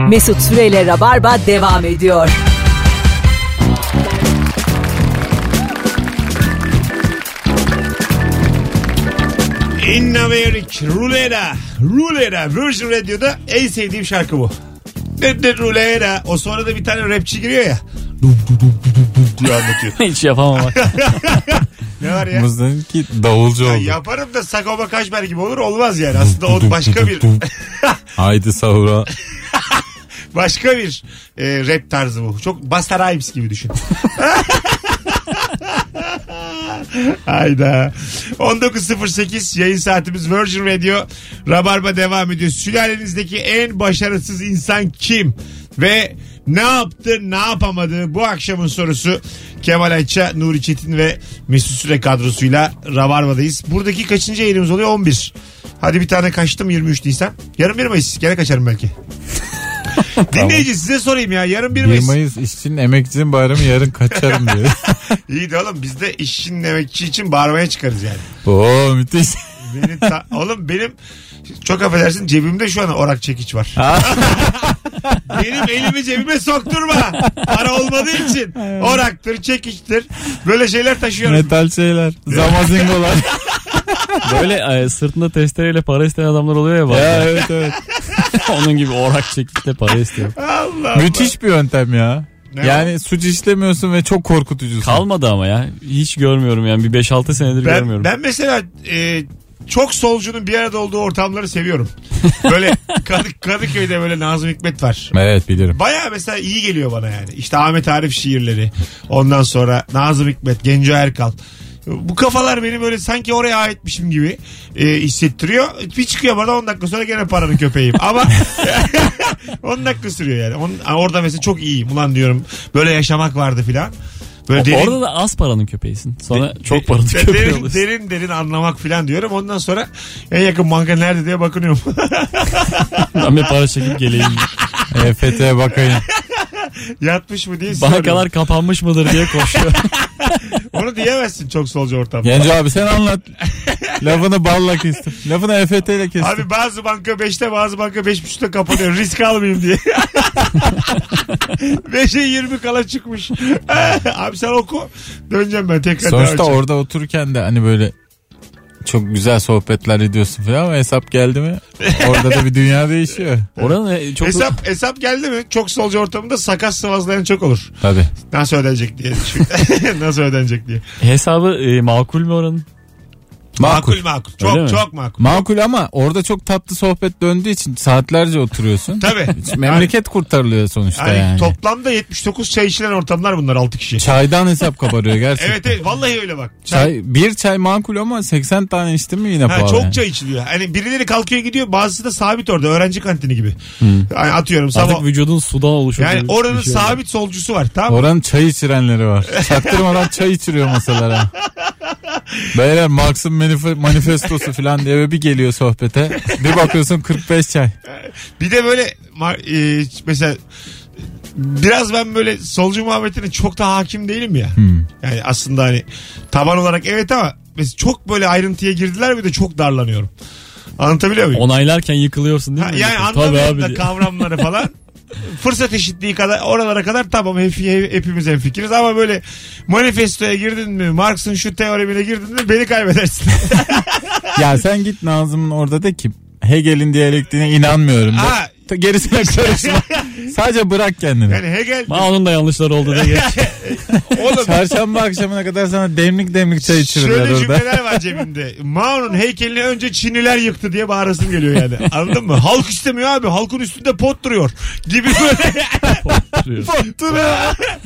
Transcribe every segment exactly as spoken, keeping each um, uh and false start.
Mesut Süreyle Rabarba devam ediyor. Inna Verik, Rulera, Rulera, Virgin Radio'da en sevdiğim şarkı bu. Rulera. O sonra da bir tane rapçi giriyor ya. Dum dum dum dum diye anlatıyor. Hiç yapamam bak. Ne var ya? Muzdan'ınki davulcu oldu. Ya yaparım da Sagopa Kajmer gibi olur, olmaz yani. Aslında o başka bir... Haydi sahura. Başka bir e, rap tarzı bu. Çok Busta Rhymes gibi düşün. Hayda. on dokuz sıfır sekiz yayın saatimiz Virgin Radio. Rabarba devam ediyor. Sülalenizdeki en başarısız insan kim? Ve ne yaptı, ne yapamadı? Bu akşamın sorusu. Kemal Ayça, Nuri Çetin ve Mesut Süre kadrosuyla Rabarba'dayız. Buradaki kaçıncı yayınımız oluyor? on bir. Hadi bir tane kaçtım, yirmi üç Nisan. Yarın bir Mayıs. Gene kaçarım belki. Dinleyici size sorayım ya. Yarın bir Mayıs. bir Mayıs işçinin emekçinin bayramı, yarın kaçarım diyor. İyi de oğlum biz de işçinin emekçi için bağırmaya çıkarız yani. Oo müthiş. Benim ta- oğlum benim çok affedersin cebimde şu an orak çekiç var. Benim elimi cebime sokturma. Para olmadığı için oraktır, çekiçtir. Böyle şeyler taşıyorum. Metal şeyler. Zamazingolar. Böyle e, sırtında testereyle para isteyen adamlar oluyor ya. Ya evet evet. Onun gibi orak çekikte para istiyor. Allah Allah. Müthiş bir yöntem ya. Ne yani o? Suç işlemiyorsun ve çok korkutucusun. Kalmadı ama ya. Hiç görmüyorum yani. Bir beş altı senedir ben, görmüyorum. Ben mesela e, çok solcunun bir arada olduğu ortamları seviyorum. Böyle Kadık, Kadıköy'de böyle Nazım Hikmet var. Evet bilirim. Baya mesela iyi geliyor bana yani. İşte Ahmet Arif şiirleri. Ondan sonra Nazım Hikmet, Genco Erkal. Bu kafalar beni böyle sanki oraya aitmişim gibi e, hissettiriyor. Bir çıkıyor bana on dakika sonra gene paranın köpeğiyim. Ama on dakika sürüyor yani. On, orada mesela çok iyiyim. Ulan diyorum böyle yaşamak vardı filan. Böyle derin, orada da az paranın köpeğisin. Sonra de, çok paranın de, köpeği derin, oluyorsun. derin derin anlamak filan diyorum. Ondan sonra en yakın banka nerede diye bakınıyorum. Ben bir para çekip geleyim. E F T'ye bakayım. Yatmış mı diye Bankalar soruyorum. kapanmış mıdır diye koşuyor. Onu diyemezsin çok solcu ortamda. Genco abi sen anlat. Lafını balla kestim. Lafını E F T ile kestim. Abi bazı banka beşte bazı banka beş buçukta kapanıyor. Risk almayayım diye. beşe yirmi kala çıkmış. Abi sen oku. Döneceğim ben tekrar. Sonuçta orada otururken de hani böyle çok güzel sohbetler ediyorsun falan ama hesap geldi mi orada da bir dünya değişiyor. Oranın çok... Hesap, hesap geldi mi çok solcu ortamında sakat sıvazlayan çok olur. Tabii. Nasıl ödenecek diye. Nasıl ödenecek diye. Hesabı e, makul mü oranın? Makul Makul. makul. Çok çok makul. Makul ama orada çok tatlı sohbet döndüğü için saatlerce oturuyorsun. Tabii. Memleket yani, kurtarılıyor sonuçta yani, yani. Toplamda yetmiş dokuz çay içilen ortamlar bunlar altı kişi. Çaydan hesap kabarıyor gerçekten. Evet evet vallahi öyle bak. Çay, çay bir çay makul ama seksen tane içtin mi yine ha, pahalı. Çok yani. çay içiliyor. Hani birileri kalkıyor gidiyor bazısı da sabit orada öğrenci kantini gibi. Hmm. Yani atıyorum. Artık sabah... vücudun sudan oluşuyor. Yani oranın şey sabit solcusu var tamam mı? Oranın çay içirenleri var. Çaktırmadan çay içiriyor masalara. Beyler Marx'ın manifestosu falan diye bir geliyor sohbete. Bir bakıyorsun kırk beş çay. Bir de böyle e, mesela biraz ben böyle solcu muhabbetine çok da hakim değilim ya. Hmm. Yani aslında hani taban olarak evet ama mesela çok böyle ayrıntıya girdiler bir de çok darlanıyorum. Anlatabiliyor muyum? Onaylarken yıkılıyorsun değil mi? Ha, yani anlamıyorum da kavramları falan. Fırsat eşitliği kadar oralara kadar tamam hep, hepimiz hemfikiriz ama böyle manifestoya girdin mi Marx'ın şu teoremine girdin mi beni kaybedersin. Ya sen git Nazım'ın orada de ki Hegel'in diyalektiğine inanmıyorum da. Gerisine karışma. Sadece bırak kendini. Yani Hegel... Ma onun da yanlışları oldu diye geç. Oğlum, çarşamba akşamına kadar sana demlik demlik çay içirirler orada. Şöyle cümleler var cebimde. Mao'nun heykelini önce Çinliler yıktı diye bağırasım geliyor yani. Anladın mı? Halk istemiyor abi. Halkın üstünde pot duruyor. Gibi böyle. pot duruyor. Pot duruyor.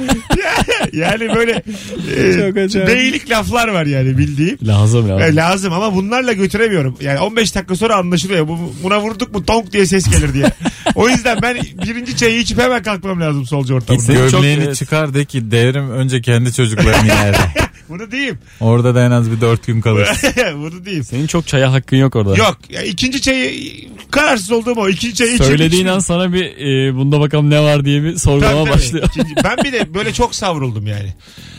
Yani böyle e, beylik laflar var yani bildiğim. Lazım lazım. E, lazım ama bunlarla götüremiyorum. Yani on beş dakika sonra anlaşılıyor. Bu, buna vurduk mu tonk diye ses gelir diye. O yüzden ben birinci çayı içip hemen kalkmam lazım solcu ortamında. Gömleğini çok, çıkar de ki devrim önce kendi çocuklarını yer. Bunu diyeyim. Orada da en az bir dört gün kalırsın. Bunu diyeyim. Senin çok çaya hakkın yok orada. Yok. Ya ikinci çayı kararsız olduğum o. İkinci çayı içip söylediğin an sana bir e, bunda bakalım ne var diye bir sorgulama tabii, tabii. başlıyor. İkinci, ben bir de böyle çok savruldum yani.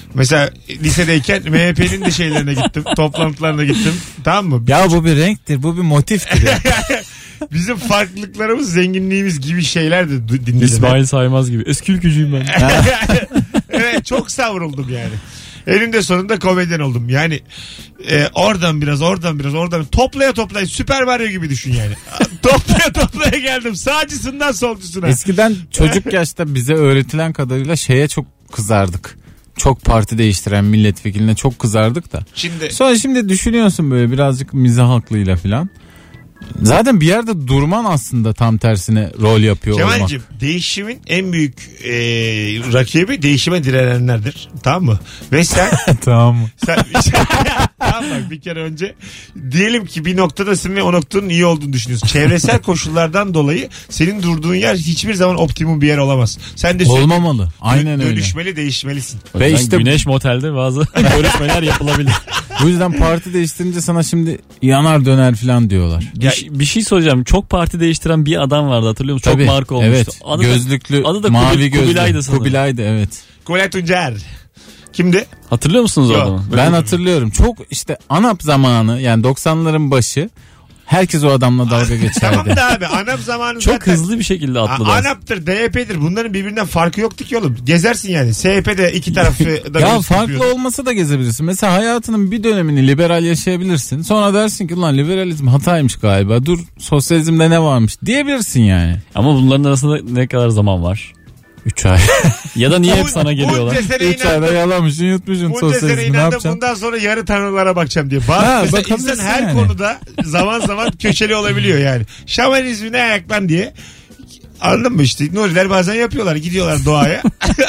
Mesela lisedeyken M H P'nin de şeylerine gittim. Toplantılarına gittim. Tamam mı? Ya bu bir renktir, bu bir motiftir ya. Bizim farklılıklarımız, zenginliğimiz gibi şeyler de du- dinledim. İsmail Saymaz gibi. Eski ülkücüyüm ben. Evet, çok savruldum yani. Eninde sonunda komedyen oldum. Yani e, oradan biraz, oradan biraz, oradan toplaya toplaya Süper Mario gibi düşün yani. toplaya toplaya geldim. Sağcısından solcusuna. Eskiden çocuk yaşta bize öğretilen kadarıyla şeye çok kızardık. Çok parti değiştiren milletvekiline çok kızardık da. Şimdi Sonra şimdi düşünüyorsun böyle birazcık mizah aklıyla filan. Zaten bir yerde durman aslında tam tersine rol yapıyor Kemal'cim, olmak. değişimin en büyük e, rakibi değişime direnenlerdir. Tamam mı? Ve sen Tamam mı? Sen, tamam bak, bir kere önce diyelim ki bir noktadasın ve o noktanın iyi olduğunu düşünüyorsun. Çevresel koşullardan dolayı senin durduğun yer hiçbir zaman optimum bir yer olamaz. Sen de sürekli Olmamalı. Aynen dö- öyle. dönüşmeli, değişmelisin. Ve Ve işte işte- Güneş Motel'de bazı görüşmeler yapılabilir. Bu yüzden parti değiştirince sana şimdi yanar döner filan diyorlar. Bir, şey- bir şey soracağım. Çok parti değiştiren bir adam vardı, hatırlıyor musun? Tabii, Çok marka olmuştu. evet. Adı da- Gözlüklü, adı da mavi Kubil- gözlü. Kubilay'dı sanırım. Kubilay'dı, evet. Kubilay Tuncer. Kimdi? Hatırlıyor musunuz o Yok. adamı? Ben hatırlıyorum. Çok işte ANAP zamanı, yani doksanların başı herkes o adamla dalga Tamam geçerdi. da abi, ANAP zamanı Çok zaten... hızlı bir şekilde A- atladı. ANAP'tır, D Y P'dir. Bunların birbirinden farkı yoktu ki oğlum. Gezersin yani. S H P'de iki tarafı da Ya göz farklı yapıyor. olmasa da gezebilirsin. Mesela hayatının bir dönemini liberal yaşayabilirsin. Sonra dersin ki lan liberalizm hataymış galiba. Dur, sosyalizmde ne varmış diyebilirsin yani. Ama bunların arasında ne kadar zaman var? üç ay. Ya da niye hep Bu- sana geliyorlar? Bunca sene üç ayda inandım. yalamışsın, yutmuşsun Bunca sene sosyalizmi, ne inandım. yapacaksın? Bundan sonra yarı tanrılara bakacağım diye. Bazı Ha, mesela bakabilirsin insan her yani. konuda zaman zaman köşeli olabiliyor yani. Şamanizmine ayaklan diye. Anladın mı işte? Nuriler bazen yapıyorlar. Gidiyorlar doğaya.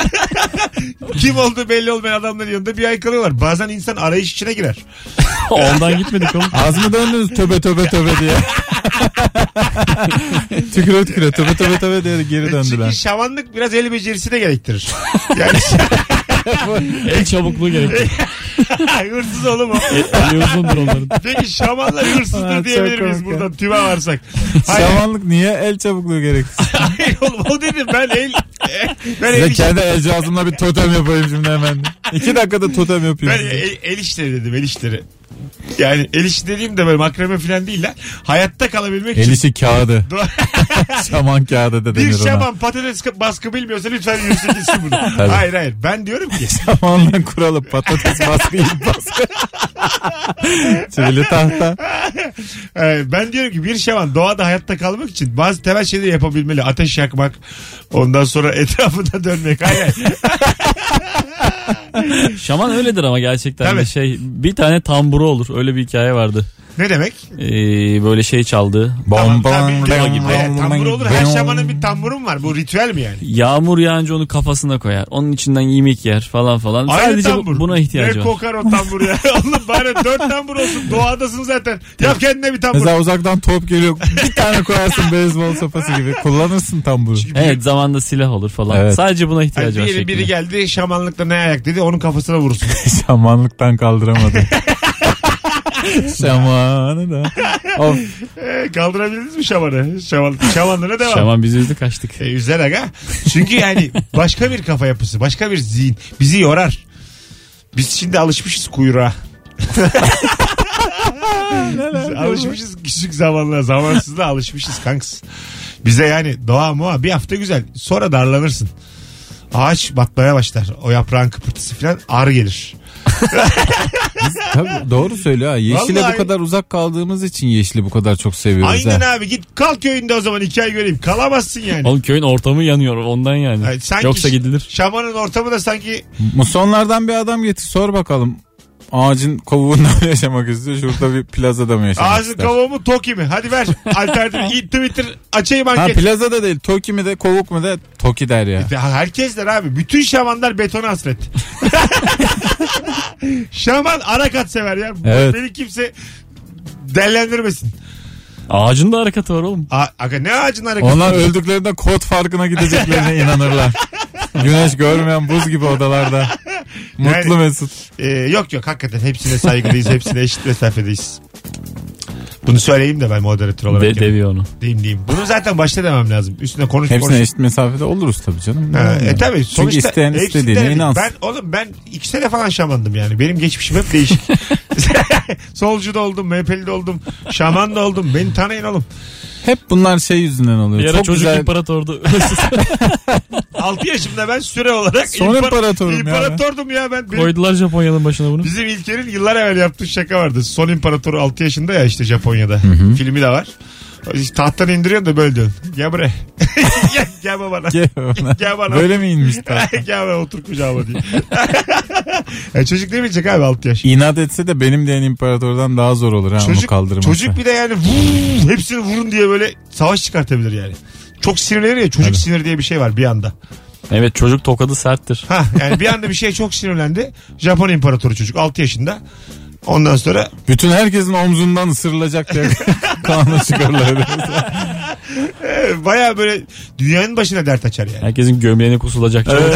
Kim olduğu belli olmayan adamların yanında bir ay kalıyorlar. Bazen insan arayış içine girer. Ondan gitmedik oğlum. Az mı döndünüz töbe töbe töbe diye. tüküre tüküre töbe töbe töbe diye geri döndüler. Çünkü şamanlık biraz el becerisi de gerektirir. Yani El çabukluğu gerekli. hırsız oğlum o. Eli uzundur onların. Peki şamanlar Ha, hırsızdır çok diyebilir miyiz komik ya. buradan tüme varsak? Hayır, Şamanlık niye el çabukluğu gerektir? hayır oğlum, o dedim ben el... Ben Size el, kendi el cihazımla bir totem yapayım şimdi hemen. İki dakikada totem yapıyorum. ben size. el, el işleri dedim, el işleri. Yani el işi dediğim de böyle makrame falan değil lan. Hayatta kalabilmek El için. işi kağıdı. Do- Şaman kağıdı da denir Bir ona. şaman patates baskı bilmiyorsa lütfen yürüsün gitsin bunu. Hayır hayır, ben diyorum ki Şamanla kuralı patates baskı ilk baskı. Çivili tahta. e, ben diyorum ki bir şaman doğada hayatta kalmak için bazı temel şeyleri yapabilmeli. Ateş yakmak, ondan sonra etrafında dönmek. Hayır hayır. Şaman öyledir ama gerçekten Tabii. de şey, bir tane tamburu olur. Öyle bir hikaye vardı. Ne demek? Ee, böyle şey çaldı. Tamam, Bom tabii, bom demo bom gibi. Hayır, bom tambur olur. bom Her bom. şamanın bir tamburu mu var? Bu ritüel mi yani? Yağmur yağınca onu kafasına koyar. Onun içinden yemek yer falan falan. Aynı Sadece bu- tambur. buna ihtiyacı ne var. kokar o tambur ya. Oğlum bari dört tambur olsun. Doğadasın zaten. Yap kendine bir tambur. Mesela uzaktan top geliyor. Bir tane koyarsın beyzbol sopası gibi. Kullanırsın tamburu. Evet, zamanda silah olur falan. Evet. Sadece buna Yani ihtiyacı var biri, şeklinde. biri geldi şamanlıkta ne ayak dedi, onun kafasına vurursun. Şamanlıktan kaldıramadım. Şamanı da. Of. E, kaldırabildiniz mi şamanı? Şaman, şamanlığına devam. Şaman bizi üzdü, kaçtık. E, üzer aga. Çünkü yani başka bir kafa yapısı, başka bir zihin. Bizi yorar. Biz şimdi alışmışız kuyruğa. Biz alışmışız küçük zamanla, zamansızlığa alışmışız kanks. Bize yani doğa muha bir hafta güzel. Sonra darlanırsın. Ağaç batmaya başlar. O yaprağın kıpırtısı falan ağır gelir. Tabii, doğru söylüyor ha. Yeşile Vallahi- bu kadar uzak kaldığımız için yeşili bu kadar çok seviyoruz. Aynen ha. abi, git kal köyünde o zaman iki ay göreyim. Kalamazsın yani. Oğlum köyün ortamı yanıyor ondan yani. Yani sanki Yoksa gidilir. Şamanın ortamı da sanki Musonlardan bir adam getir, sor bakalım. Ağacın kovuğunda mı yaşamak istiyor? Şurada bir plazada mı yaşamak ağzın ister? kavuğu mu Toki mi? Hadi ver alternatif. Twitter açayım Ha, anket. plazada değil. Toki mi de kovuk mu de Toki der ya. Herkes der abi. Bütün şamanlar betona hasret. Şaman arakat sever ya. Evet. Beni kimse dellendirmesin. Ağacın da hareketi var oğlum. A- aga ne ağacın hareketi? Onlar öldüklerinde kod farkına gideceklerine inanırlar. Güneş görmeyen buz gibi odalarda. Mutlu Yani- mesut. Ee, yok yok, hakikaten hepsine saygılıyız. Hepsine eşit mesafedeyiz. Bunu söyleyeyim de ben moderatör olarak. De, deviyor onu. Diyeyim diyeyim. Bunu zaten başta demem lazım. Üstüne konuş. Hepsine konuş. eşit mesafede oluruz tabii canım. Ha, e tabii. Çünkü isteyen istediğine inansın. Ben oğlum ben iki sene falan şamandım yani. Benim geçmişim hep değişik. Solcu da oldum, M H P'li de oldum, şaman da oldum. Beni tanıyın oğlum. Hep bunlar şey yüzünden oluyor. Bir ara Çok çocuk güzel. imparatordu. altı yaşımda ben süre olarak Son imparatorum ya. İmparatordum ya ben. Benim, Koydular Japonya'nın başına bunu. bizim İlker'in yıllar evvel yaptığı şaka vardı. Son imparatoru altı yaşında ya işte Japonya'da. hı. Filmi de var. Tahttan indiriyorsun da böyle diyorsun. Gel buraya. gel, gel babana. Gel bana. Gel bana. Böyle mi inmiş tabii? Gel bana otur kucağıma diye. yani çocuk ne bilecek abi altı yaş. İnat etse de benim diyen imparatordan daha zor olur ha onu Çocuk, kaldırması. çocuk bir de yani vuu, hepsini vurun diye böyle savaş çıkartabilir yani. Çok sinirlenir ya, çocuk Tabii. sinir diye bir şey var bir anda. Evet, çocuk tokadı serttir. Ha yani bir anda bir şey çok sinirlendi. Japon imparatoru çocuk altı yaşında. Ondan sonra Bütün herkesin omzundan ısırılacak diye kanunu çıkarlar. e, baya böyle dünyanın başına dert açar yani. Herkesin gömleğini kusulacak. Evet.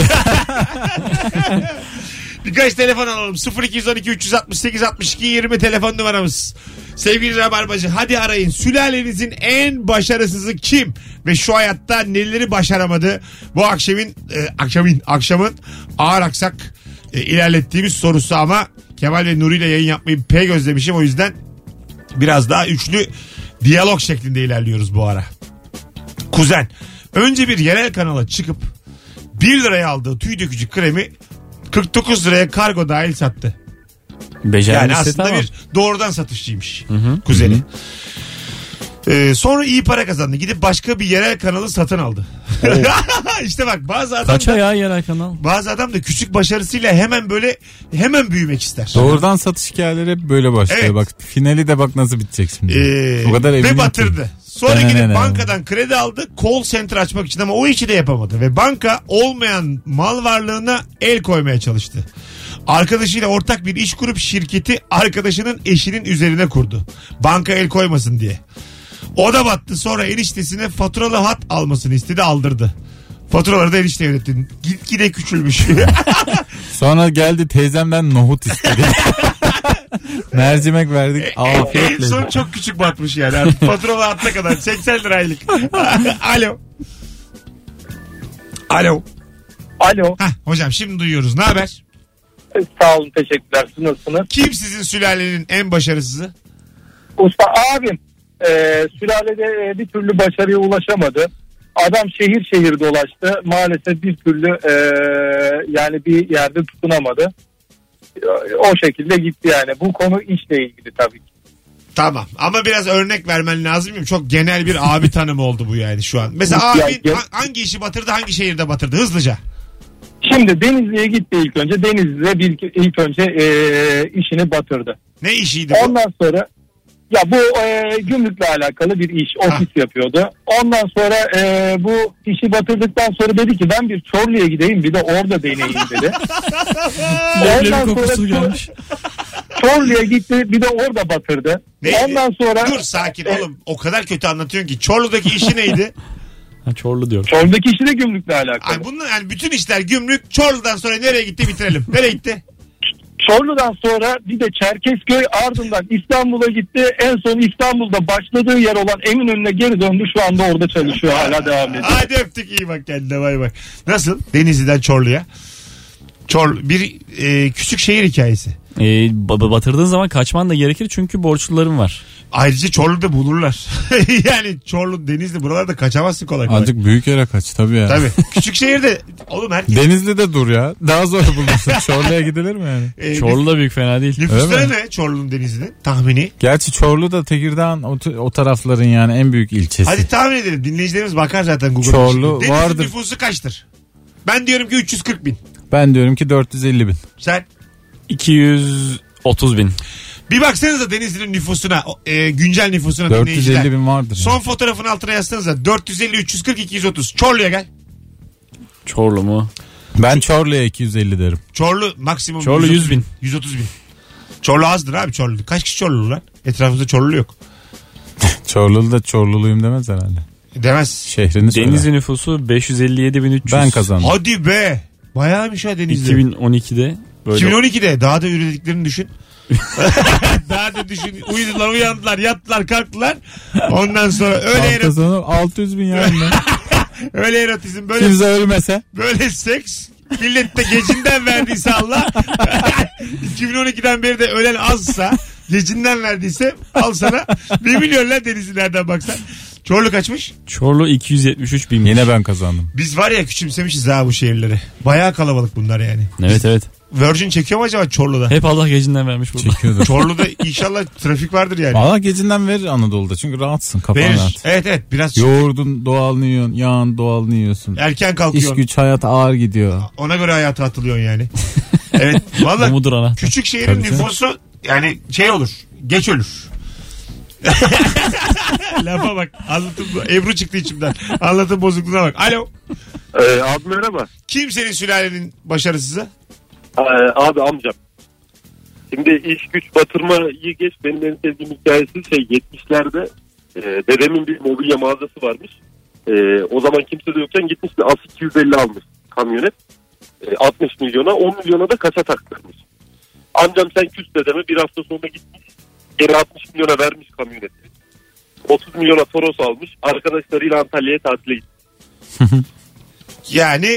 Birkaç telefon alalım. sıfır iki on iki üç altı sekiz altmış iki yirmi telefon numaramız. Sevgili Rabarbacı, hadi arayın. Sülalenizin en başarısızı kim? Ve şu hayatta neleri başaramadı? Bu akşamın e, akşamın akşamın ağır aksak e, ilerlettiğimiz sorusu ama Kemal ve Nuri ile yayın yapmayı pek özlemişim. O yüzden biraz daha üçlü diyalog şeklinde ilerliyoruz bu ara. Kuzen, önce bir yerel kanala çıkıp bir liraya aldığı tüy dökücü kremi kırk dokuz liraya kargo dahil sattı. Becermiş Yani aslında tamam. bir doğrudan satışçıymış kuzeni. Ee, sonra iyi para kazandı. Gidip başka bir yerel kanalı satın aldı. İşte bak bazı adam Kaça da, ya yerel kanal? bazı adam da küçük başarısıyla hemen böyle hemen büyümek ister. Doğrudan satış hikayeleri hep böyle başlıyor. Evet. Bak finali de bak nasıl bitecek şimdi. Ee, o kadar eminim ve batırdı. ki. Sonra Ne, gidip ne, ne, bankadan kredi aldı call center açmak için ama o işi de yapamadı. Ve banka olmayan mal varlığına el koymaya çalıştı. Arkadaşıyla ortak bir iş kurup şirketi arkadaşının eşinin üzerine kurdu. Banka el koymasın diye. O da battı. Sonra eniştesine faturalı hat almasını istedi, aldırdı. Faturaları da enişte yönetti. Gitgide küçülmüş. Sonra geldi teyzemden nohut istedi. Mercimek verdik. en Afiyetle. son çok küçük batmış yani. Artık faturalı hatta kadar. seksen liraylık. Alo. Alo. Alo. Hah, hocam şimdi duyuyoruz. Ne haber? Sağ olun, teşekkürler. Siz nasılsınız? Kim sizin sülalenin en başarısızı? Usta abim e, sülalede e, bir türlü başarıya ulaşamadı. Adam şehir şehir dolaştı. Maalesef bir türlü e, yani bir yerde tutunamadı. E, o şekilde gitti yani. Bu konu işle ilgili tabii ki. Tamam ama biraz örnek vermen lazım mı? Çok genel bir abi tanımı oldu bu yani şu an. Mesela abin Ya, ha- hangi işi batırdı, hangi şehirde batırdı? Hızlıca. Şimdi Denizli'ye gitti ilk önce. Denizli'de bir, ilk önce e, işini batırdı. Ne işiydi bu? Ondan sonra ya bu e, gümrükle alakalı bir iş, ofis Ha. yapıyordu. Ondan sonra e, bu işi batırdıktan sonra dedi ki ben bir Çorlu'ya gideyim bir de orada deneyeyim dedi. Leblebi Ondan sonra kokusu Çor- gelmiş. Çorlu'ya gitti bir de orada batırdı. Neydi? Ondan sonra Dur sakin e, oğlum. O kadar kötü anlatıyorsun ki. Çorlu'daki işi neydi? Ha, Çorlu diyor. Çorlu'daki işi de gümrükle alakalı. Ay bunun yani bütün işler gümrük. Çorlu'dan sonra nereye gitti bitirelim. Nereye gitti? Çorlu'dan sonra bir de Çerkezköy, ardından İstanbul'a gitti. En son İstanbul'da başladığı yer olan Eminönü'ne geri döndü. Şu anda orada çalışıyor, hala devam ediyor. Hadi öptük, iyi bak kendine, bay bay. Nasıl? Denizli'den Çorlu'ya. Çorlu bir e, küçük şehir hikayesi. Ee, ba- batırdığın zaman kaçman da gerekir çünkü borçluların var. Ayrıca Çorlu'da bulurlar. Yani Çorlu, Denizli buralarda kaçamazsın kolay kolay. Azıcık büyük yere kaç tabii ya. Tabii. Küçük şehirde oğlum herkes. Denizli'de dur ya. Daha zor bulursun. Çorlu'ya gidilir mi yani? E, Çorlu da büyük fena değil. Nüfusları Öyle mi? ne Çorlu'nun, Denizli'nin tahmini? Gerçi Çorlu da Tekirdağ o, o tarafların yani en büyük ilçesi. Hadi tahmin edelim. Dinleyicilerimiz bakar zaten Google'a. Çorlu Denizli vardır. nüfusu kaçtır? Ben diyorum ki üç yüz kırk bin. Ben diyorum ki dört yüz elli bin. Sen? iki yüz otuz bin. Bir baksanıza Denizli'nin nüfusuna, o, e, güncel nüfusuna dört yüz dinleyiciler. elli bin vardır. Son yani. fotoğrafın altına yazsanıza dört yüz elli, üç yüz kırk, iki yüz otuz. Çorlu'ya gel. Çorlu mu? Ben Çorlu'ya iki yüz elli derim. Çorlu maksimum Çorlu yüz bin. yüz otuz bin. Çorlu azdır abi, Çorlu. Kaç kişi Çorlu lan? Etrafımızda Çorlu yok. Çorlulu da Çorluluyum demez herhalde. Demez. Şehrini söyle. Denizli nüfusu beş yüz elli yedi bin üç yüz. Ben kazandım. Hadi be. Bayağıymış ha Denizli. iki bin on ikide böyle. iki bin on ikide daha da ürediklerini düşün. Daha da düşün. Uyudular, uyandılar, yattılar, kalktılar. Ondan sonra öyle Hafta erot, sonu altı yüz bin yani. öyle erotizm, böyle Kimse ölmese. böyle seks. Millet de gecinden verdiyse Allah. iki bin on ikiden beri de ölen azsa, gecinden verdiyse al sana bir milyonlar denizi nereden baksan. Çorlu kaçmış? Çorlu iki yüz yetmiş üç bin. Yine ben kazandım. Biz var ya küçümsemişiz ha bu şehirleri. Bayağı kalabalık bunlar yani. Evet evet. Virgin çekiyor mu acaba Çorlu'da? Hep Allah gecinden vermiş burada. Çekiyordu. Çorlu'da inşallah trafik vardır yani. Valla gecinden verir Anadolu'da çünkü rahatsın, kafan Verir. rahat. Evet evet biraz Yoğurdun doğalını yiyorsun, yağın doğalını yiyorsun. erken İş kalkıyorsun. güç hayat ağır gidiyor. Ona göre hayata atılıyorsun yani. Evet valla Umudur anahtar. küçük şehrin Tabii canım. nüfusu yani şey olur, geç ölür. Lafa bak, anlatım Ebru çıktı içimden. Anlatım bozukluğuna bak. Alo. Ee, abi merhaba. Kim senin sülalenin başarısızı? Ee, abi amcam. Şimdi iş güç batırmayı geç. Benim en sevdiğim hikayesi şey yetmişlerde e, dedemin bir mobilya mağazası varmış. E, o zaman kimse de yokken gitmiş bir A S iki yüz elli almış kamyonet. E, altmış milyona, on milyona da kasa taktırmış. Amcam sen küs dedeme bir hafta sonra gitmiş. Geri altmış milyona vermiş kamyoneti. otuz milyona Toros almış. Arkadaşlarıyla Antalya'ya tatile gitmiş. Yani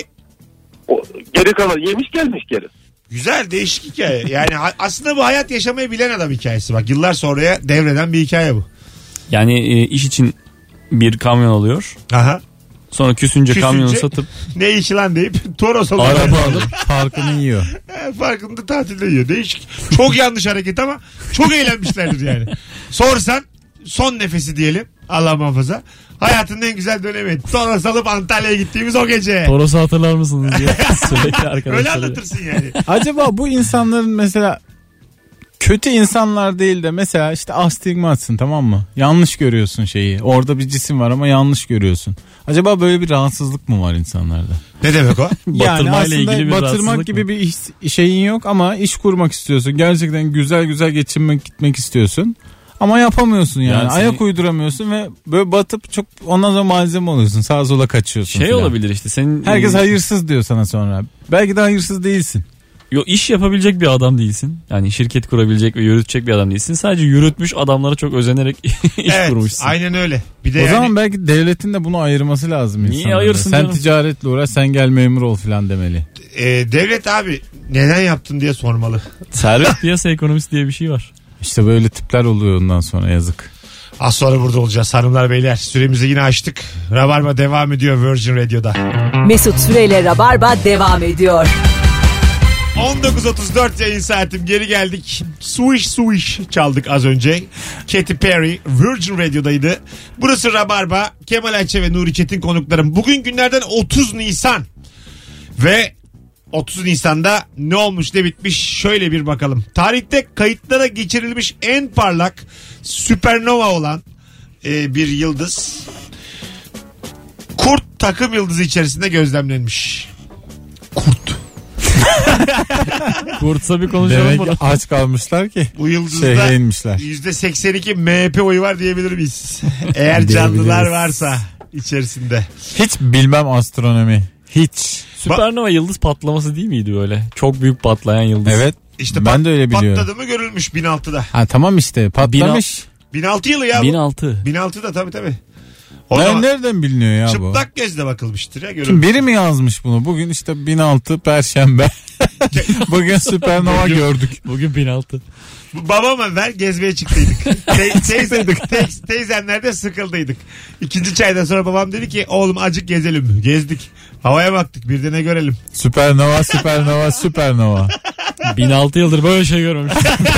O, geri kalan yemiş gelmiş geri. güzel, değişik hikaye. Yani ha- aslında bu hayat yaşamayı bilen adam hikayesi. Bak yıllar sonraya devreden bir hikaye bu. Yani e, iş için bir kamyon alıyor. Aha. Sonra küsünce, Küsünce- kamyonu satıp Ne işi lan deyip Toros alıyor. Araba alıp farkını yiyor. Farkında tatilde yiyor. Değişik. Çok yanlış hareket ama çok eğlenmişlerdir yani. Sorsan son nefesi diyelim. Allah muhafaza. Hayatının en güzel dönemi. Toros alıp Antalya'ya gittiğimiz o gece. Toros'u hatırlar mısınız diye sürekli Öyle arkadaşlar. anlatırsın yani. Acaba bu insanların mesela kötü insanlar değil de mesela işte astigmatsın, tamam mı? Yanlış görüyorsun şeyi. Orada bir cisim var ama yanlış görüyorsun. Acaba böyle bir rahatsızlık mı var insanlarda? Ne demek o? Yani Batırmayla aslında ilgili bir batırmak rahatsızlık gibi mı? bir iş, şeyin yok ama iş kurmak istiyorsun. Gerçekten güzel güzel geçinmek, gitmek istiyorsun. Ama yapamıyorsun yani. Yani Ayak seni- uyduramıyorsun ve böyle batıp çok ondan sonra malzeme oluyorsun. Sağa sola kaçıyorsun. Şey falan. olabilir işte senin Herkes e, hayırsız diyor sana sonra. Belki de hayırsız değilsin. yo, iş yapabilecek bir adam değilsin. Yani şirket kurabilecek ve yürütecek bir adam değilsin. Sadece yürütmüş adamlara çok özenerek iş Evet, kurmuşsun. aynen öyle. Bir de O yani, zaman belki devletin de bunu ayırması lazım Niye insanlara. ayırsın Sen canım? ticaretle uğraş, sen gel memur ol filan demeli. e, devlet abi neden yaptın diye sormalı. Serbest piyasa ekonomisi diye bir şey var. İşte böyle tipler oluyor ondan sonra, yazık. Az sonra burada olacağız hanımlar beyler. Süremizi yine açtık. Rabarba devam ediyor Virgin Radio'da. Mesut Süreyle Rabarba devam ediyor. on dokuz otuz dört yayın saatim, geri geldik. Swish Swish çaldık az önce. Katy Perry Virgin Radio'daydı. Burası Rabarba. Kemal Ayça ve Nuri Çetin konuklarım. Bugün günlerden otuz Nisan. Ve otuz Nisan'da ne olmuş ne bitmiş şöyle bir bakalım. Tarihte kayıtlara geçirilmiş en parlak süpernova olan e, bir yıldız Kurt takım yıldızı içerisinde gözlemlenmiş. Kurt. Kurtsa bir konuşalım Demek burada. ki aç kalmışlar ki Bu yıldızda şehre inmişler. yüzde seksen iki M H P oyu var diyebilir miyiz? Eğer canlılar Diyebiliriz. varsa içerisinde. Hiç bilmem astronomi. Hiç. Süpernova yıldız patlaması değil miydi böyle? Çok büyük patlayan yıldız. Evet. İşte ben pat- de öyle biliyorum. patladı mı görülmüş bin altıda. Ha tamam işte patlamış. bin altı yılı ya bu. bin altı. bin altıda tabii tabii. O Ne, zaman nereden biliniyor ya bu? çıplak gözle bakılmıştır ya. Şimdi Görülmüş. biri mi yazmış bunu? Bugün işte bin altı Perşembe. Bugün süpernova Bugün- gördük. Bugün bin altı. Babama ver gezmeye çıktıydık. Te- teyze, te- teyzenlerde sıkıldıydık. İkinci çaydan sonra babam dedi ki oğlum acık gezelim. Gezdik. Havaya baktık, bir de ne görelim. Süpernova, süpernova, süpernova. bin altı yıldır böyle şey görmemiş.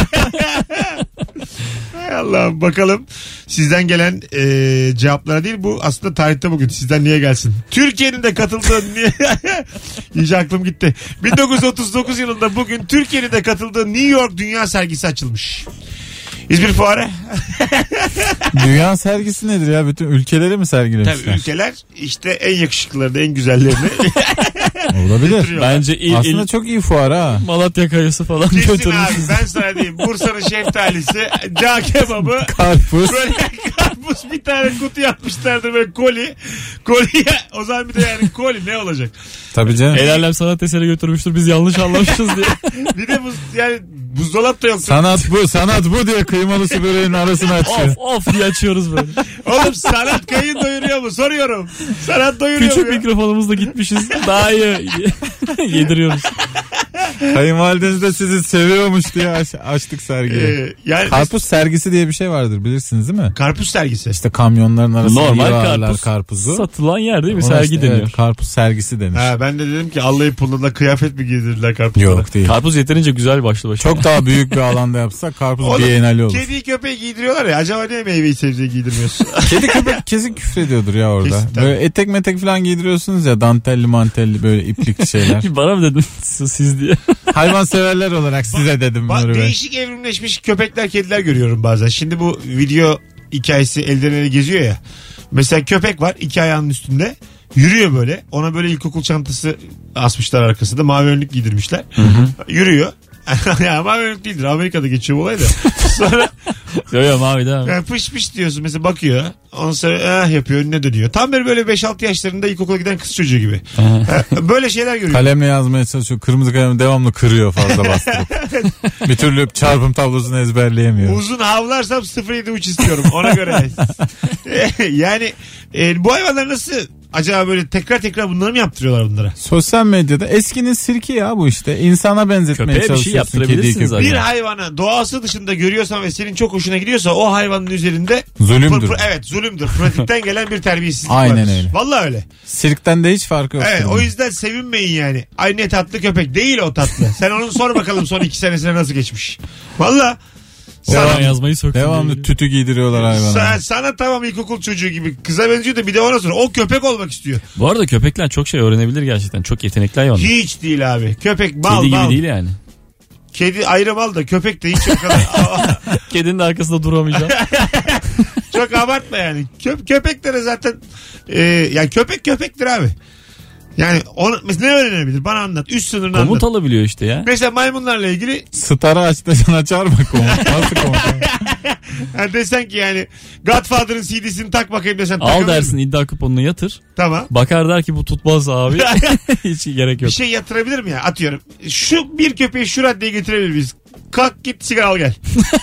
Hay Allah'ım, bakalım sizden gelen e, cevaplara değil, bu aslında tarihte bugün sizden niye gelsin. Türkiye'nin de katıldığı niye... İyice aklım gitti. bin dokuz yüz otuz dokuz yılında bugün Türkiye'nin de katıldığı New York Dünya Sergisi açılmış. İzmir Fuarı. Dünya sergisi nedir ya? Bütün ülkeleri mi sergilemişler? Tabii ülkeler işte en yakışıklılarını, en güzellerini. Olabilir. Bence il, Aslında il, çok iyi fuar ha. Malatya kayısı falan Kesin abi, götürmüşüz. ben sana diyeyim. Bursa'nın şeftalisi, cağ kebabı, Karpuz. böyle karpuz, bir tane kutu yapmışlardır böyle koli. Koli o zaman bir de yani koli ne olacak? Tabii canım. El alem sanat eseri götürmüştür biz yanlış anlamışız diye. Bir de bu yani Buzdolap da yoktur. Sanat bu, sanat bu diye kıymalısı böreğin arasını açıyor. Of of diye açıyoruz böyle. Oğlum sanat kayın doyuruyor mu? Soruyorum. Sanat doyuruyor Küçük mu ya? mikrofonumuzla gitmişiz. Daha iyi yediriyoruz. Kayınvalideniz de sizi seviyormuş diye aç, açtık sergiyi. Ee, yani Karpuz sergisi diye bir şey vardır, bilirsiniz değil mi? karpuz sergisi. İşte kamyonların arasına Normal yığarlar karpuz karpuzu. satılan yer değil mi? Ona Sergi işte, deniyor. evet, karpuz sergisi denir. Ha, ben de dedim ki Allah'ın pulunda kıyafet mi giydirdiler karpuzlara? Yok değil. Karpuz yeterince güzel başlı başına. Çok daha büyük bir alanda yapsak karpuz Oğlum, bienali olur. Kediyi köpeği giydiriyorlar ya. Acaba niye meyveyi sebzeyi giydirmiyorsun? Kedi köpek kesin küfrediyordur ya orada. Kesin, tabii. Böyle etek metek falan giydiriyorsunuz ya, dantelli mantelli böyle iplikli şeyler. Bana mı dedin siz diye? Hayvan severler olarak size dedim Bak, bunları ben. değişik evrimleşmiş köpekler kediler görüyorum bazen. Şimdi bu video hikayesi elden ele geziyor ya. Mesela köpek var iki ayağının üstünde. Yürüyor böyle. Ona böyle ilkokul çantası asmışlar arkasında. Mavi önlük giydirmişler. Hı hı. Yürüyor. Ya mavi önlük değildir. Amerika'da geçiyor bu olay da. Sonra Yok yok mavi değil mi? yani pış pış diyorsun mesela, bakıyor. Ondan sonra eh yapıyor, önüne dönüyor. Tam böyle böyle beş altı yaşlarında ilkokula giden kız çocuğu gibi. Böyle şeyler görüyorum. Kalemle yazmaya çalışıyor. Kırmızı kalemi devamlı kırıyor fazla bastırıp. Bir türlü çarpım tablosunu ezberleyemiyor. Uzun havlarsam sıfır yedi uç istiyorum. Ona göre. Yani e, bu hayvanlar nasıl acaba böyle tekrar tekrar bunları mı yaptırıyorlar bunlara? Sosyal medyada eskinin sirki ya bu işte. İnsana benzetmeye Köpeğe bir şey çalışıyorsun kediyi yaptırabilirsiniz köpeği. Bir hayvana doğası dışında görüyorsan ve senin çok hoşuna gidiyorsa o hayvanın üzerinde Zulümdür. pr- pr- evet zulümdür. Pratikten gelen bir terbiyesizlik Aynen vardır. öyle. Vallahi öyle. Sirkten de hiç farkı yok. Evet, o yüzden sevinmeyin yani. Ay ne tatlı köpek. Değil o tatlı. Sen onun sor bakalım son iki senesine nasıl geçmiş. Vallahi Sana sana, yazmayı söktüm. Devamlı diye. tütü giydiriyorlar hayvana. sana, sana tamam ilkokul çocuğu gibi kıza benziyor da bir de ona sor. O köpek olmak istiyor. Bu arada köpekler çok şey öğrenebilir gerçekten. Çok yetenekli hayvanlar. Hiç değil abi. Köpek mal Kedi mal. gibi değil yani. Kedi ayrı mal da köpek de hiç o kadar. Kedinin de arkasında duramayacağım. Çok abartma yani. Kö- köpeklere zaten e, yani köpek köpektir abi. Yani onu, mesela ne öğrenebilir? Bana anlat. Üst sınırını Komut anlat. alabiliyor işte ya. Mesela maymunlarla ilgili Star'ı aç desen açar mı komut? Nasıl komut? yani desen ki yani Godfather'ın C D'sini tak bakayım desen. Al takabilir dersin mi? iddia kuponunu yatır. Tamam. Bakar der ki bu tutmaz abi. Hiç gerek Bir yok. şey yatırabilir mi ya? Atıyorum. Şu bir köpeği şu raddeye getirebilir miyiz? Kalk git sigara al gel.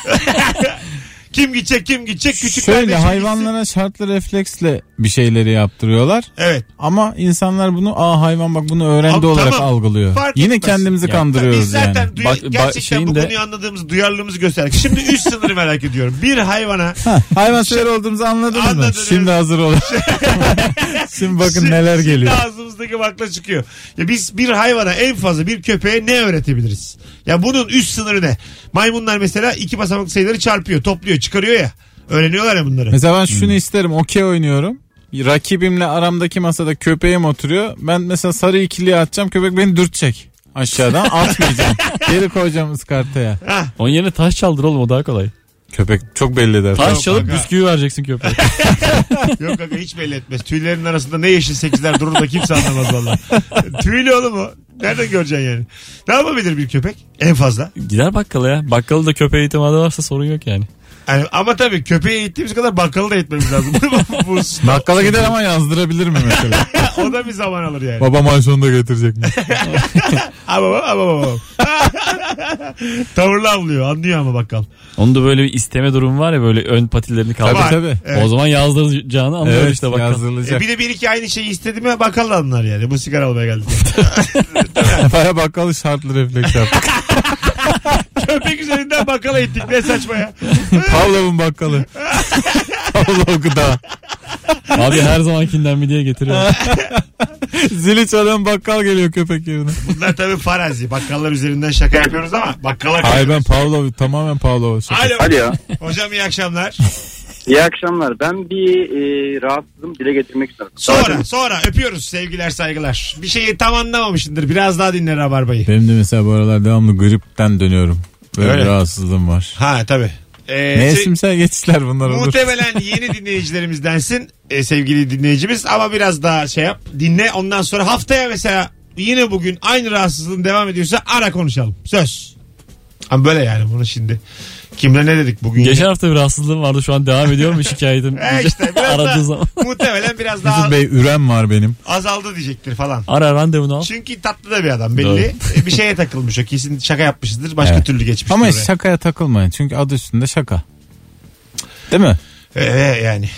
Kim gidecek kim gidecek? Küçük Şöyle kardeşim hayvanlara şartlı refleksle bir şeyleri yaptırıyorlar. gitsin. Evet. Ama insanlar bunu aa hayvan bak bunu öğrendi Abi, olarak tamam. algılıyor. Fark Yine etmez. kendimizi Ya, kandırıyoruz Biz zaten yani. duya- Bak- bak- gerçekten şeyin bu de- konuyu anladığımız, duyarlılığımızı gösterdik. Şimdi üst sınırı merak ediyorum. Bir hayvana Ha, hayvan sever olduğumuzu anladınız mı? Anladınız. Şimdi hazır olun. Şimdi bakın Şimdi- neler geliyor. Şimdi ağzımızdaki bakla çıkıyor. Ya biz bir hayvana en fazla bir köpeğe ne öğretebiliriz? Ya bunun üst sınırı ne? Maymunlar mesela iki basamaklı sayıları çarpıyor, topluyor, çıkarıyor ya. Öğreniyorlar ya bunları. Mesela ben şunu isterim, okey oynuyorum. Rakibimle aramdaki masada köpeğim oturuyor. Ben mesela sarı ikiliye atacağım, köpek beni dürtecek aşağıdan, atmayacağım. Geri koyacağım ıskartaya. Onun yerine taş çaldır oğlum, o daha kolay. Köpek çok belli eder. Taş Yok çalıp aga. bisküvi vereceksin köpeğe. Yok aga hiç belli etmez. Tüylerinin arasında ne yeşil sekizler durur da kimse anlamaz valla. Tüylü oğlum o. Nereden göreceksin yani? Ne yapabilir bir köpek? En fazla. Gider bakkala ya. Bakkalı da köpeğe itimadı varsa sorun yok yani. Yani, ama tabii köpeği eğittiğimiz kadar bakkalı da eğitmemiz lazım. Bu, Bakkala gider ama yazdırabilir mi mesela? o da bir zaman alır yani. Babam ay sonunda getirecek mi? Ama baba ama baba. Tavırlı avlıyor, anlıyor ama bakkal. Onun da böyle bir isteme durumu var ya, böyle ön patilerini Tabii kaldır. Var. tabii. Evet. O zaman yazdıracağını anlıyor Evet işte bakkal. E yazdırılacak. bir de bir iki aynı şeyi istedi mi bakkal da anlar yani. Bu sigara almaya geldi. Baya bakkalı şartlı refleks yaptı. Köpek üzerinden bakkala ettik, ne saçma ya. Pavlov'un bakkalı. Pavlov gıda. Abi her zamankinden mi diye getiriyor. Zili çalan bakkal geliyor köpek yerine. Bunlar tabii farazi. Bakkallar üzerinden şaka yapıyoruz ama bakkala Hayır ben Pavlov tamamen Pavlov. Alo. Alo. Hocam iyi akşamlar. İyi akşamlar. Ben bir e, rahatsızlığımı dile getirmek istiyorum. Sonra sonra öpüyoruz, sevgiler saygılar. Bir şeyi tam anlamamışsındır. Biraz daha dinle Rabarba'yı. Benim de mesela bu aralar devamlı gripten dönüyorum. Böyle Öyle. bir rahatsızlığım var. Ha tabii. Ee, Mevsimsel geçişler bunlar olur. Muhtemelen yeni dinleyicilerimizdensin e, sevgili dinleyicimiz, ama biraz daha şey yap, dinle, ondan sonra haftaya mesela yine bugün aynı rahatsızlığın devam ediyorsa ara konuşalım, söz. Ama böyle yani bunu şimdi Kimle ne dedik bugün? Geçen hafta bir rahatsızlığım vardı, şu an devam ediyor mu şikayetim? E işte biraz Aradığı daha, zaman. muhtemelen biraz daha Mesut Bey ürem var benim. azaldı diyecektir falan. Ara randevunu al. Çünkü tatlı da bir adam belli. E, bir şeye takılmış o. Kesin şaka yapmışızdır. Başka Evet. türlü geçmiştir Ama oraya. şakaya takılmayın. Çünkü adı üstünde şaka. Değil mi? Ee, yani.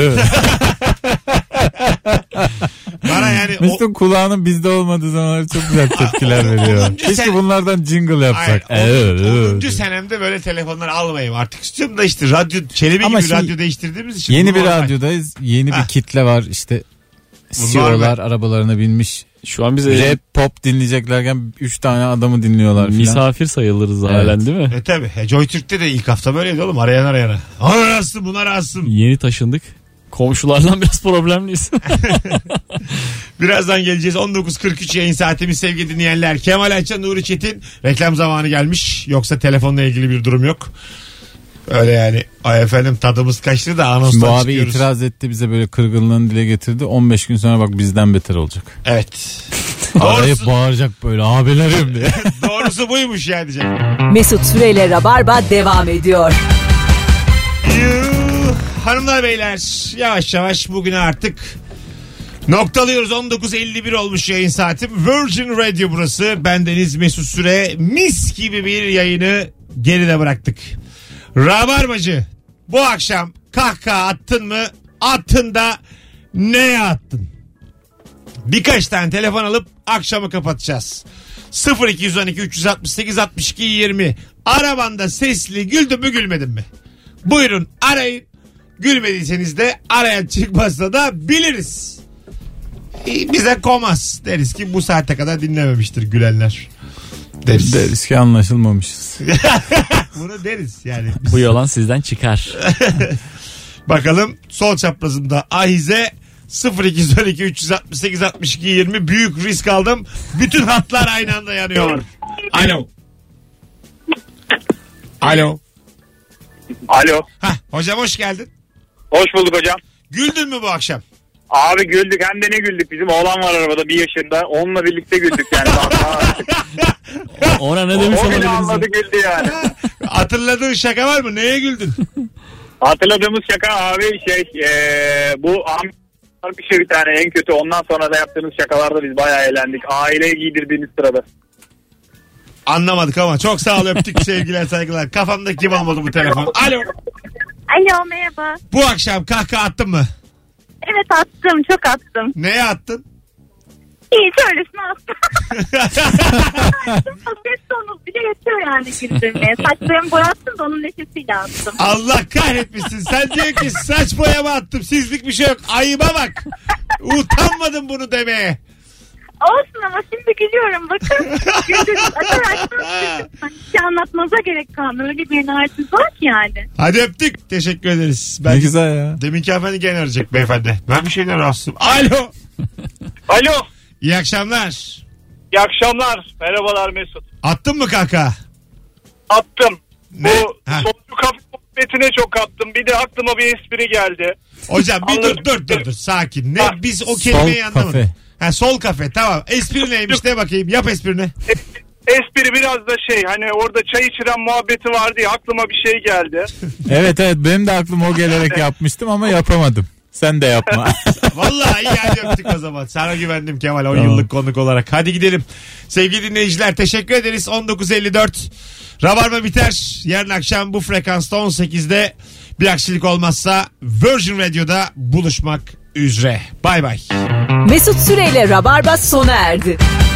Bana yani o, Mesut'un kulağının bizde olmadığı zamanlar çok güzel tepkiler veriyor. onuncu Keşke sen- bunlardan jingle yapsak. Hayır, Evet, onuncu evet. senemde böyle telefonları almayayım artık. İstiyorum da işte radyo, Çelebi Ama gibi şimdi radyo değiştirdiğimiz için. Yeni bu bir normal. radyodayız. Yeni Ha. bir kitle var. İşte Bu C E O'lar normal. arabalarına binmiş. Şu an bize Rap pop dinleyeceklerken üç tane adamı dinliyorlar filan. misafir sayılırız Evet. halen, değil mi? E tabi. E, Joy Türk'te de ilk hafta böyleydi oğlum. Arayan arayana. Ona rahatsın, buna rahatsın. Yeni taşındık. Komşulardan biraz problemliyiz. Birazdan geleceğiz. on dokuz kırk üç yayın saatimiz sevgili dinleyenler. Kemal Ayça, Nuri Çetin. Reklam zamanı gelmiş. Yoksa telefonla ilgili bir durum yok. Öyle yani. Ay efendim tadımız kaçtı da anonstan Bu abi çıkıyoruz. itiraz etti, bize böyle kırgınlığını dile getirdi. on beş gün sonra bak bizden beter olacak. Evet. Arayıp Doğrusu, bağıracak böyle abilerim diye. doğrusu buymuş ya diyecek. Mesut Süreyle Rabarba devam ediyor. Yuh. Hanımlar beyler yavaş yavaş bugüne artık noktalıyoruz. on dokuz elli bir olmuş yayın saatim. Virgin Radio burası. Bendeniz Mesut Süre. Mis gibi bir yayını geride bıraktık. Rabarbacı, bu akşam kahkaha attın mı? Attın da neye attın? Birkaç tane telefon alıp akşamı kapatacağız. sıfır iki on iki üç altı sekiz altmış iki yirmi. Arabanda sesli güldün mü gülmedin mi? Buyurun arayın. Gülmediyseniz de arayan çıkmazsa da biliriz. Ee, Bize komaz. Deriz ki bu saate kadar dinlememiştir gülenler. Deriz. Deriz ki anlaşılmamışız. Bunu deriz yani. Bu yalan sizden çıkar. Bakalım sol çaprazında Ahize sıfır iki on iki üç altı sekiz altmış iki yirmi büyük risk aldım. Bütün hatlar aynı anda yanıyor. Alo. Alo. Alo. Hah, hocam hoş geldin. Hoş bulduk hocam. Güldün mü bu akşam? Abi güldük, hem de ne güldük. Bizim oğlan var arabada bir yaşında. Onunla birlikte güldük yani. Ona ne o demiş bile olabiliriz? anladı, güldü yani. Hatırladığın şaka var mı? Neye güldün? Hatırladığımız şaka abi şey ee, bu Ahmet bir şey bir tane en kötü. Ondan sonra da yaptığınız şakalarda biz bayağı eğlendik. Aileye giydirdiğiniz sırada. Anlamadık ama çok sağ ol, öptük, sevgiler saygılar. Kafamda kim olmadı bu telefon? Alo. Alo merhaba. Bu akşam kahkaha attın mı? Evet attım, çok attım. Neye attın? İyi şöylesine attım. Ses tonu bile yetiyor yani güldürmeye. Saçlarımı boyattım da onun neşesiyle attım. Allah kahretmişsin. Sen diyor ki saç boyama attım. Sizlik bir şey yok. Ayıba bak. Utanmadım bunu demeye. Olsun ama şimdi gülüyorum bakın. Güldürüm. Arkadaşlar hiç şey anlatmanıza gerek kalmıyor. Öyle bir enerjiniz var ki yani. Hadi öptük. Teşekkür ederiz. Ben Ne güzel ya. deminki hanımefendi gene arayacak beyefendi. Ben bir şeyden rahatsızım. Alo. Alo. İyi akşamlar. İyi akşamlar. Merhabalar Mesut. Attın mı kahkaha? Attım. Ne? Ha. Solcu kafe muhabbetine çok attım. Bir de aklıma bir espri geldi. Hocam bir dur Anladım. dur dur dur. Sakin. Ne? Ha. Biz o kelimeyi Sol anlamadık. kafe. Ha, sol kafe tamam. Espri neymiş de bakayım. Yap esprini. Espri biraz da şey, hani orada çay içiren muhabbeti vardı ya, aklıma bir şey geldi. Evet evet, benim de aklıma o gelerek yapmıştım ama yapamadım. Sen de yapma. Vallahi iyi, hadi öptük o zaman. Sana güvendim Kemal on Tamam. yıllık konuk olarak. Hadi gidelim. Sevgili dinleyiciler teşekkür ederiz. on dokuz elli dört Rabarba biter. Yarın akşam bu frekansta on sekizde bir aksilik olmazsa Virgin Radio'da buluşmak üzere. Bay bay. Mesut Süreyle Rabarba sona erdi.